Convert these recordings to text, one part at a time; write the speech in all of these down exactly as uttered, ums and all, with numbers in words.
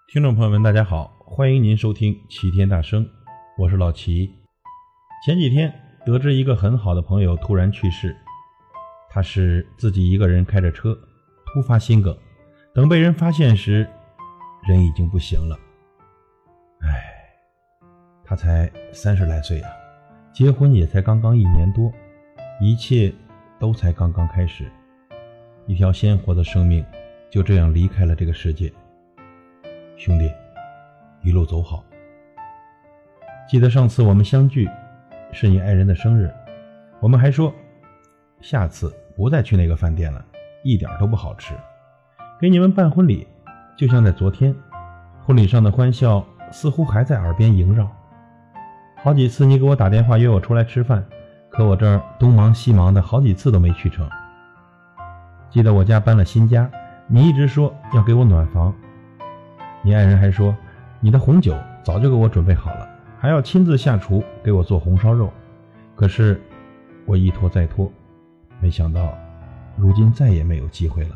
听众朋友们大家好，欢迎您收听齐天大圣，我是老齐。前几天得知一个很好的朋友突然去世，他是自己一个人开着车突发心梗，等被人发现时人已经不行了。唉，他才三十来岁啊，结婚也才刚刚一年多，一切都才刚刚开始，一条鲜活的生命就这样离开了这个世界。兄弟，一路走好。记得上次我们相聚是你爱人的生日，我们还说下次不再去那个饭店了，一点都不好吃。给你们办婚礼就像在昨天，婚礼上的欢笑似乎还在耳边萦绕。好几次你给我打电话约我出来吃饭，可我这儿东忙西忙的，好几次都没去成。记得我家搬了新家，你一直说要给我暖房，你爱人还说你的红酒早就给我准备好了，还要亲自下厨给我做红烧肉。可是我一拖再拖，没想到如今再也没有机会了。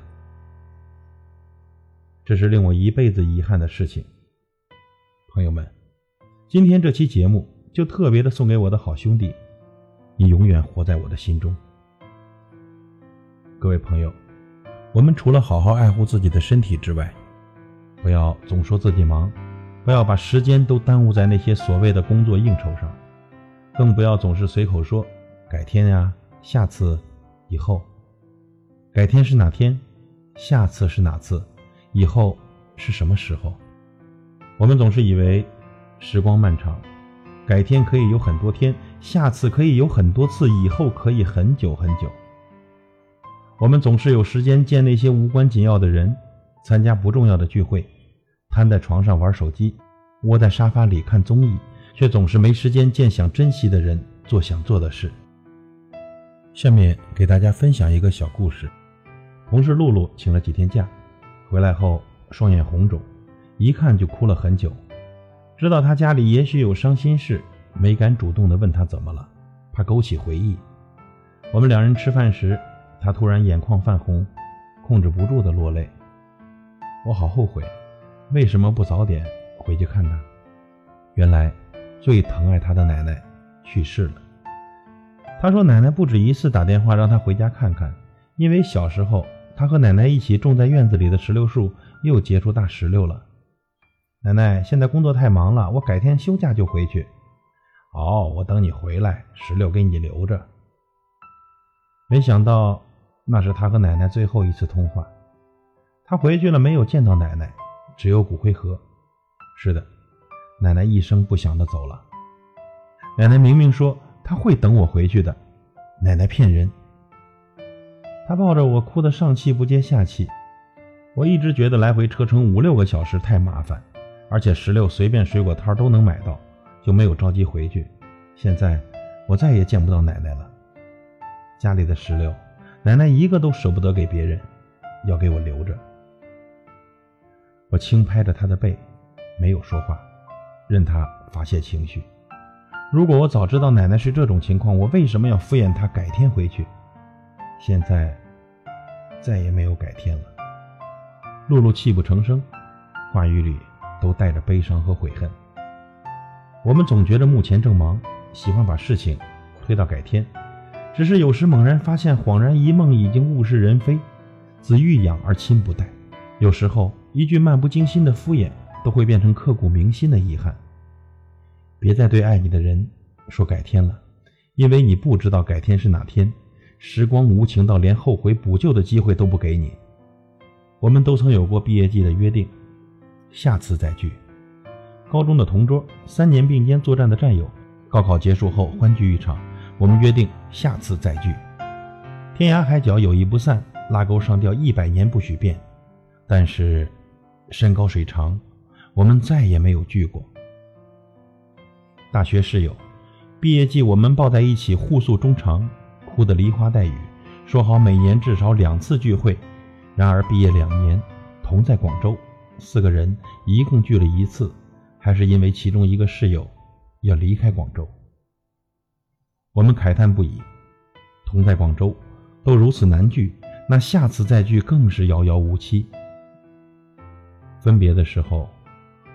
这是令我一辈子遗憾的事情。朋友们，今天这期节目就特别的送给我的好兄弟，你永远活在我的心中。各位朋友，我们除了好好爱护自己的身体之外，不要总说自己忙，不要把时间都耽误在那些所谓的工作应酬上，更不要总是随口说改天呀、下次、以后。改天是哪天？下次是哪次？以后是什么时候？我们总是以为时光漫长，改天可以有很多天，下次可以有很多次，以后可以很久很久。我们总是有时间见那些无关紧要的人，参加不重要的聚会，瘫在床上玩手机，窝在沙发里看综艺，却总是没时间见想珍惜的人，做想做的事。下面给大家分享一个小故事。同事露露请了几天假，回来后双眼红肿，一看就哭了很久。知道她家里也许有伤心事，没敢主动地问她怎么了，怕勾起回忆。我们两人吃饭时，她突然眼眶泛红，控制不住地落泪。我好后悔，为什么不早点回去看她？原来最疼爱她的奶奶去世了。她说奶奶不止一次打电话让她回家看看，因为小时候她和奶奶一起种在院子里的石榴树又结出大石榴了。奶奶现在工作太忙了，我改天休假就回去。哦，我等你回来，石榴给你留着。没想到那是她和奶奶最后一次通话。他回去了，没有见到奶奶，只有骨灰盒。是的，奶奶一声不响地走了。奶奶明明说她会等我回去的，奶奶骗人。她抱着我哭得上气不接下气。我一直觉得来回车程五六个小时太麻烦，而且石榴随便水果摊都能买到，就没有着急回去。现在我再也见不到奶奶了。家里的石榴，奶奶一个都舍不得给别人，要给我留着。我轻拍着她的背，没有说话，任她发泄情绪。如果我早知道奶奶是这种情况，我为什么要敷衍她改天回去？现在再也没有改天了。露露泣不成声，话语里都带着悲伤和悔恨。我们总觉得目前正忙，喜欢把事情推到改天，只是有时猛然发现恍然一梦已经物是人非，子欲养而亲不待。有时候一句漫不经心的敷衍都会变成刻骨铭心的遗憾。别再对爱你的人说改天了，因为你不知道改天是哪天，时光无情到连后悔补救的机会都不给你。我们都曾有过毕业季的约定，下次再聚。高中的同桌，三年并肩作战的战友，高考结束后欢聚一场，我们约定下次再聚。天涯海角友谊不散，拉钩上吊一百年不许变。但是山高水长，我们再也没有聚过。大学室友，毕业季我们抱在一起互诉衷肠，哭得梨花带雨，说好每年至少两次聚会。然而毕业两年，同在广州，四个人一共聚了一次，还是因为其中一个室友要离开广州。我们慨叹不已，同在广州都如此难聚，那下次再聚更是遥遥无期。分别的时候，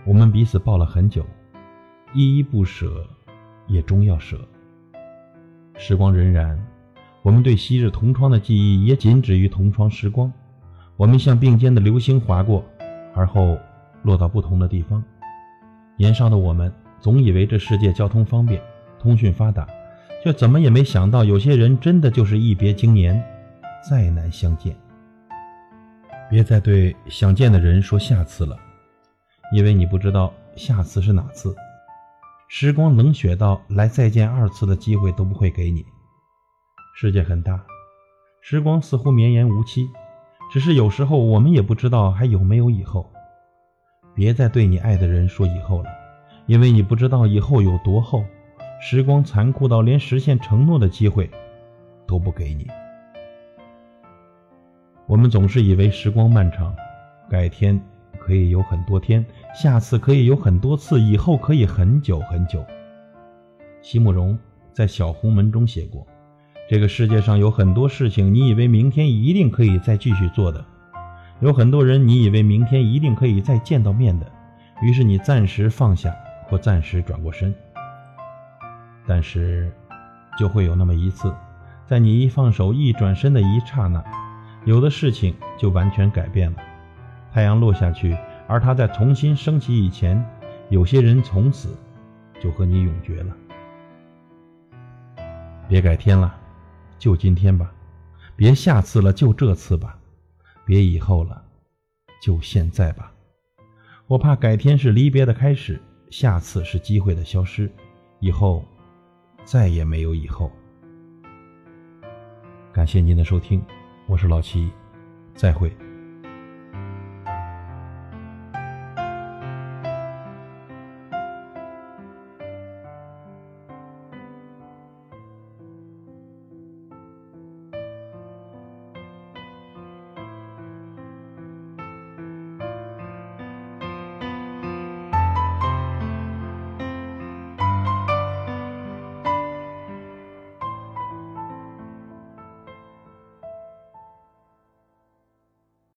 我们彼此抱了很久，依依不舍，也终要舍。时光荏苒，我们对昔日同窗的记忆也仅止于同窗时光。我们像并肩的流星划过，而后落到不同的地方。年少的我们总以为这世界交通方便，通讯发达，却怎么也没想到有些人真的就是一别经年，再难相见。别再对想见的人说下次了，因为你不知道下次是哪次。时光冷血到来再见二次的机会都不会给你。世界很大，时光似乎绵延无期，只是有时候我们也不知道还有没有以后。别再对你爱的人说以后了，因为你不知道以后有多厚。时光残酷到连实现承诺的机会都不给你。我们总是以为时光漫长，改天可以有很多天，下次可以有很多次，以后可以很久很久。席慕容在《小红门》中写过，这个世界上有很多事情你以为明天一定可以再继续做的，有很多人你以为明天一定可以再见到面的，于是你暂时放下或暂时转过身。但是就会有那么一次，在你一放手一转身的一刹那，有的事情就完全改变了。太阳落下去，而它在重新升起以前，有些人从此就和你永绝了。别改天了，就今天吧；别下次了，就这次吧；别以后了，就现在吧。我怕改天是离别的开始，下次是机会的消失，以后再也没有以后。感谢您的收听，我是老齐，再会。